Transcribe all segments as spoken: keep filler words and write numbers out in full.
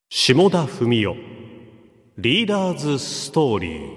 下田文雄リーダーズストーリー。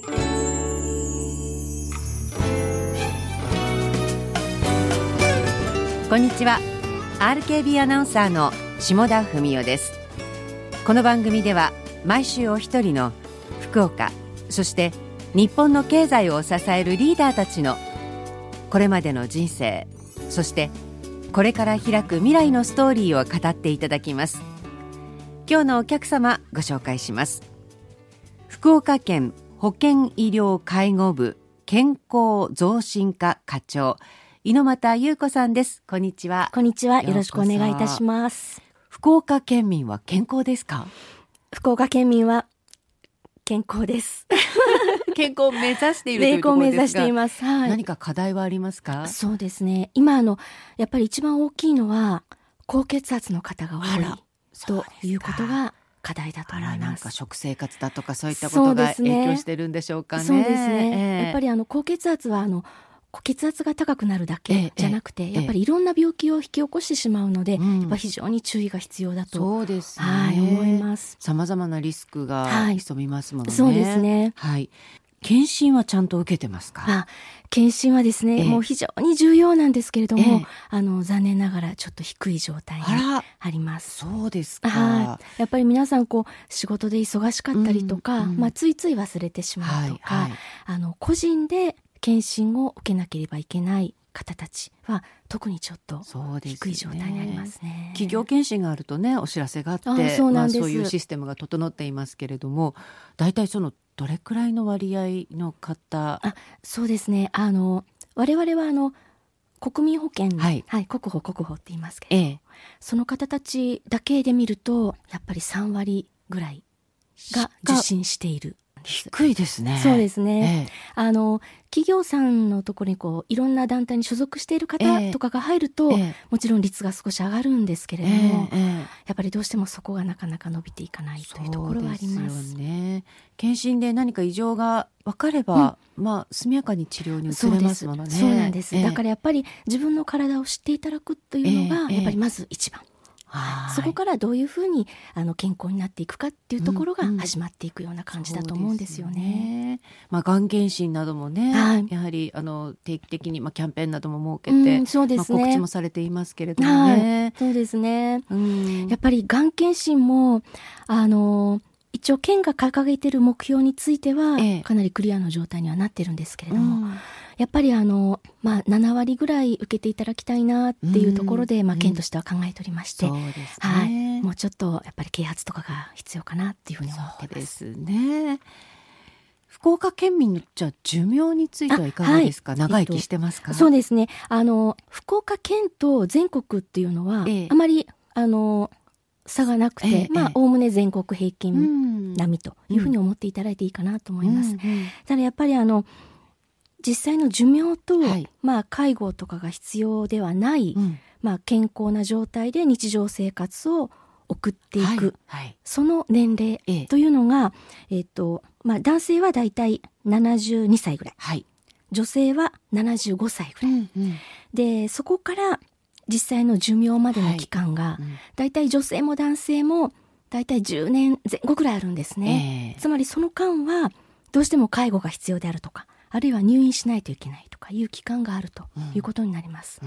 こんにちは。 アールケービー アナウンサーの下田文雄です。この番組では毎週お一人の福岡、そして日本の経済を支えるリーダーたちのこれまでの人生、そしてこれから開く未来のストーリーを語っていただきます。今日のお客様ご紹介します。福岡県保健医療介護部健康増進課課長、猪俣優子さんです。こんにちは。 こんにちは。よろしくお願いいたします。 福岡県民は健康ですか？ 福岡県民は健康です健康を目指しているというところですが、 健康を目指しています、はい、 何か課題はありますか？ そうですね、今あのやっぱり一番大きいのは高血圧の方が多いということが課題だと思います。 なんか食生活だとかそういったことが影響してるんでしょうかね。 そうですね、えー、やっぱりあの高血圧はあの血圧が高くなるだけじゃなくて、ええ、やっぱりいろんな病気を引き起こしてしまうので、うん、やっぱ非常に注意が必要だと、 そうですね、 はい、思います。 さまざまなリスクが潜みますものね、 はい、そうですね、 はい、検診はちゃんと受けてますか？ あ、検診はですね、ええ、もう非常に重要なんですけれども、ええ、あの残念ながらちょっと低い状態にあります。 そうですか、 はい、やっぱり皆さんこう仕事で忙しかったりとか、うんうん、まあ、ついつい忘れてしまうとか、はいはい、あの個人で検診を受けなければいけない方たちは特にちょっと低い状態になりますね。 企業検診があるとね、お知らせがあって、あ、そうなんです、まあ、そういうシステムが整っていますけれども、だいたいそのどれくらいの割合の方？ あ、そうですね、あの我々はあの国民保険、はいはい、国保国保って言いますけど、ええ、その方たちだけで見るとやっぱりさんわりぐらいが受診している。 低いですね。 そうですね、ええ、あの企業さんのところにこういろんな団体に所属している方とかが入ると、ええ、もちろん率が少し上がるんですけれども、え、やっぱりどうしてもそこがなかなか伸びていかないというところはあります。 そうですよね。検診で何か異常が分かれば、うん、まあ、速やかに治療に移れますものね。 そうなんです、だからやっぱり自分の体を知っていただくというのがやっぱりまず一番、そこからどういうふうにあの健康になっていくかっていうところが始まっていくような感じだと思うんですよね。うんうん、ね、まあ、がん検診などもね、はい、やはりあの定期的に、まあ、キャンペーンなども設けて、うん、そうですね、まあ、告知もされていますけれどもね、 はい、そうですね、うん、やっぱりがん検診もあの一応県が掲げている目標については、ええ、かなりクリアの状態にはなってるんですけれども、うん、やっぱりあの、まあ、ななわりぐらい受けていただきたいなっていうところで、うん、まあ、県としては考えておりまして、 そうですね、 はい、もうちょっとやっぱり啓発とかが必要かなっていうふうに思ってます。 そうですね。福岡県民のじゃあ寿命についてはいかがですか？はい、長生きしてますか？ えっと、そうですね、あの福岡県と全国っていうのは、ええ、あまりあの差がなくて、ええ、まあおおむね全国平均並みというふうに思っていただいていいかなと思います。うんうん、ただやっぱりあの実際の寿命と、はい、まあ、介護とかが必要ではない、うん、まあ、健康な状態で日常生活を送っていく、はいはい、その年齢というのが、ええーとまあ、男性はだいたいななじゅうにさいぐらい、はい、女性はななじゅうごさいぐらい、うんうん、でそこから実際の寿命までの期間が、はい、うん、だいたい女性も男性もだいたいじゅうねんぜん後ぐらいあるんですね。えー、つまりその間はどうしても介護が必要であるとか、あるいは入院しないといけないとかいう期間があるということになります。うんうん、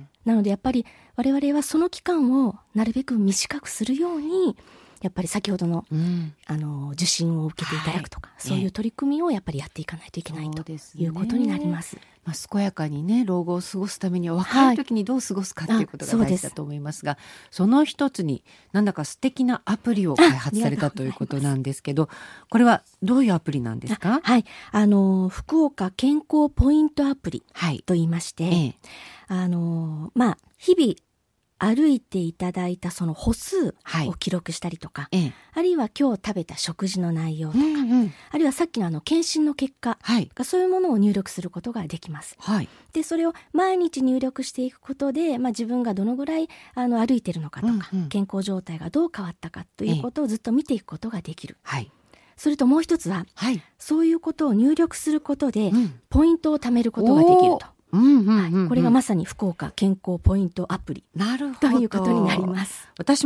なのでやっぱり我々はその期間をなるべく短くするように、やっぱり先ほどの、うん、あの受診を受けていただくとか、はい、そういう取り組みをやっぱりやっていかないといけないということになります。 まあ、健やかにね、老後を過ごすためには若い時にどう過ごすかっていうことが大事だと思いますが、はい、そ, その一つになんだか素敵なアプリを開発されたということなんですけど、これはどういうアプリなんですか？ はい、あの福岡健康ポイントアプリと言いまして、はい、ええ、あのまあ日々歩いていただいたその歩数を記録したりとか、はい、あるいは今日食べた食事の内容とか、うんうん、あるいはさっきのあの検診の結果が、はい、そういうものを入力することができます。はい、でそれを毎日入力していくことで、まあ、自分がどのぐらいあの歩いているのかとか、うんうん、健康状態がどう変わったかということをずっと見ていくことができる。はい、それともう一つは、はい、そういうことを入力することで、うん、ポイントを貯めることができると。うんうんうんうん、はい、これがまさに福岡健康ポイントアプリということになります。 私も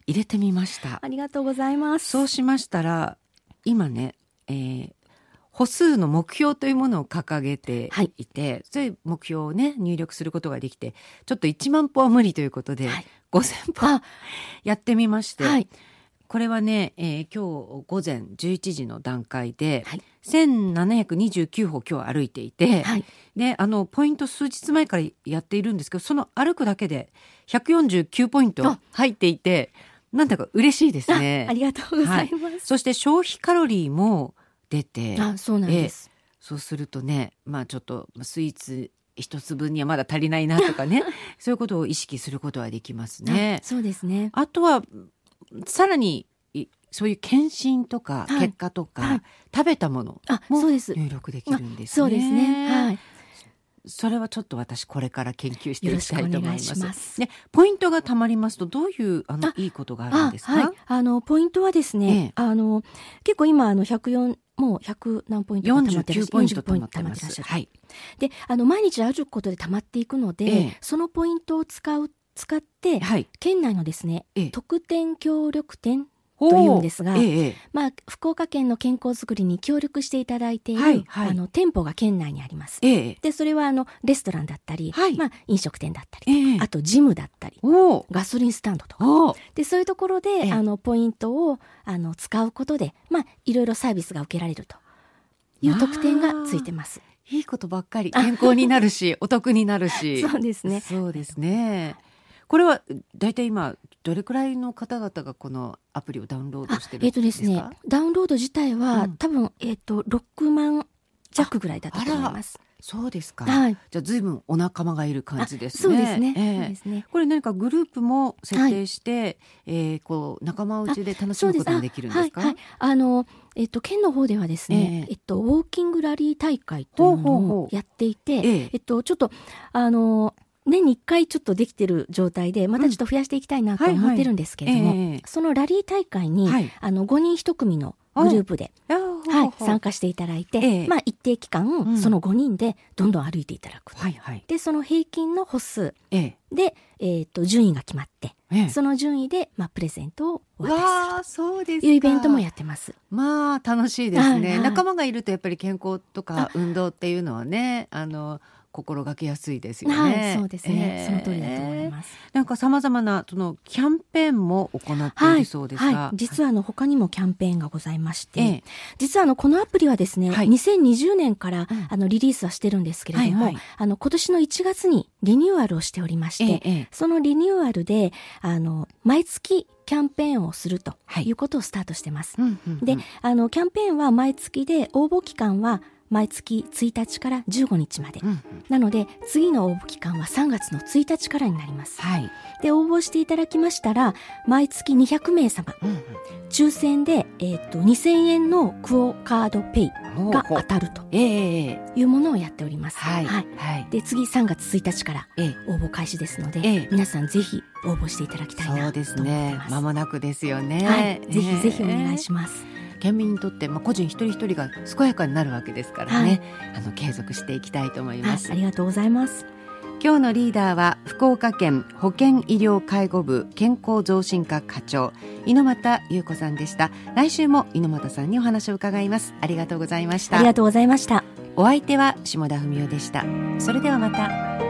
入れてみました。 ありがとうございます。 そうしましたら今ね、えー、歩数の目標というものを掲げていて、はい、そういう目標をね入力することができて、ちょっといちまん歩は無理ということで、はい、ごせん歩やってみまして、はい、これはね、えー、今日午前じゅういちじの段階で、はい、せんななひゃくにじゅうきゅう歩今日歩いていて、はい、であのポイント数日前からやっているんですけど、その歩くだけでひゃくよんじゅうきゅうポイント入っていて、なんだか嬉しいですね。 あ, ありがとうございます、はい、 そして消費カロリーも出て、 あ、そうなんです。 そうするとね、まあちょっとスイーツ一粒にはまだ足りないなとかねそういうことを意識することはできますね。 そうですね。 あとはさらにそういう検診とか結果とか、はいはい、食べたものも入力できるんですね。 そうですね、はい、 それはちょっと私これから研究していきたいと思います。ます。でポイントがたまりますとどういうあのいいことがあるんですか？ あ、はい、あのポイントはですね、ええ、あの結構今あのひゃくよんもうひゃく何ポイントか溜まってらっしゃる、よんじゅうきゅうポイント溜まってます。はい。であの毎日歩くことで溜まっていくので、ええ、そのポイントを使う使って、はい、県内のですね、ええ、特典協力店というんですが、ええ、まあ、福岡県の健康づくりに協力していただいている、はいはい、あの店舗が県内にあります、ええ、でそれはあのレストランだったり、はい、まあ、飲食店だったり、ええ、あとジムだったりガソリンスタンドとかで、そういうところで、ええ、あのポイントをあの使うことで、まあ、いろいろサービスが受けられるという特典がついてます。 いいことばっかり。健康になるしお得になるしそうですね。 そうですね。これはだいたい今どれくらいの方々がこのアプリをダウンロードしてるんですか？えーとですね、 ダウンロード自体は、うん、多分、えーと、ろくまん弱ぐらいだったと思います。 そうですか、 はい、 じゃあ随分お仲間がいる感じですね。 そうですね、 えー、 そうですね。 これ何かグループも設定して、はい、えー、こう仲間内で楽しむこともできるんですか？ はいはい、あのえっと、県の方ではですね、えーえっと、ウォーキングラリー大会というのをやっていて、えー、えっと、ちょっとあの年にいっかいちょっとできてる状態でまたちょっと増やしていきたいなと思ってるんですけれども、うんはいはい、そのラリー大会に、はい、あのごにんいち組のグループで、はい、参加していただいて、えーまあ、一定期間、うん、そのごにんでどんどん歩いていただく、はいはい、でその平均の歩数で、えーえー、と順位が決まって、えー、その順位で、まあ、プレゼントをお渡しするというイベントもやってます。 まあ楽しいですね、はいはい、仲間がいるとやっぱり健康とか運動っていうのはね、あの心がけやすいですよね。 はい、そうですね、えー、その通りだと思います。 なんかさまざまなそのキャンペーンも行っているそうですが、はいはい、 実はあの他にもキャンペーンがございまして、えー、実はあのこのアプリはですね、はい、にせんにじゅうねんから、うん、あのリリースはしてるんですけれども、はいはい、あの今年のいちがつにリニューアルをしておりまして、えー、そのリニューアルであの毎月キャンペーンをするということをスタートしてます、はい、であのキャンペーンは毎月で応募期間は毎月ついたちからじゅうごにちまで、うんうん、なので次の応募期間はさんがつのついたちからになります、はい、で応募していただきましたら毎月にひゃくめいさま、うんうん、抽選で、えー、とにせんえんのクオカードペイが当たるというものをやっております、はいはいはい、で次さんがつついたちから応募開始ですので、ええ、皆さんぜひ応募していただきたいなと思ってます。そうですね、 間もなくですよね、 はい、ぜひぜひお願いします、 えー県民にとって、まあ、個人一人一人が健やかになるわけですからね、はい、あの継続していきたいと思います、 はい、ありがとうございます。 今日のリーダーは福岡県保健医療介護部健康増進課課長猪俣優子さんでした。来週も猪俣さんにお話を伺います。ありがとうございました。 ありがとうございました。 お相手は下田文代でした。それではまた。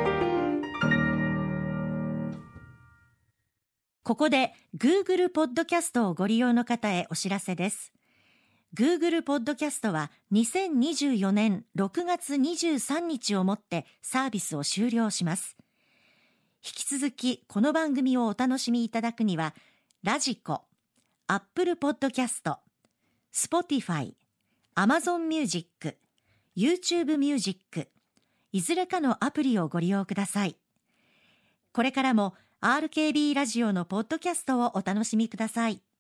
ここで Google ポッドキャストをご利用の方へお知らせです。Google ポッドキャストはにせんにじゅうよねんろくがつにじゅうさんにちをもってサービスを終了します。引き続きこの番組をお楽しみいただくには、ラジコ、Apple ポッドキャスト、Spotify、Amazon Music、YouTube Music、いずれかのアプリをご利用ください。これからも アールケービー ラジオのポッドキャストをお楽しみください。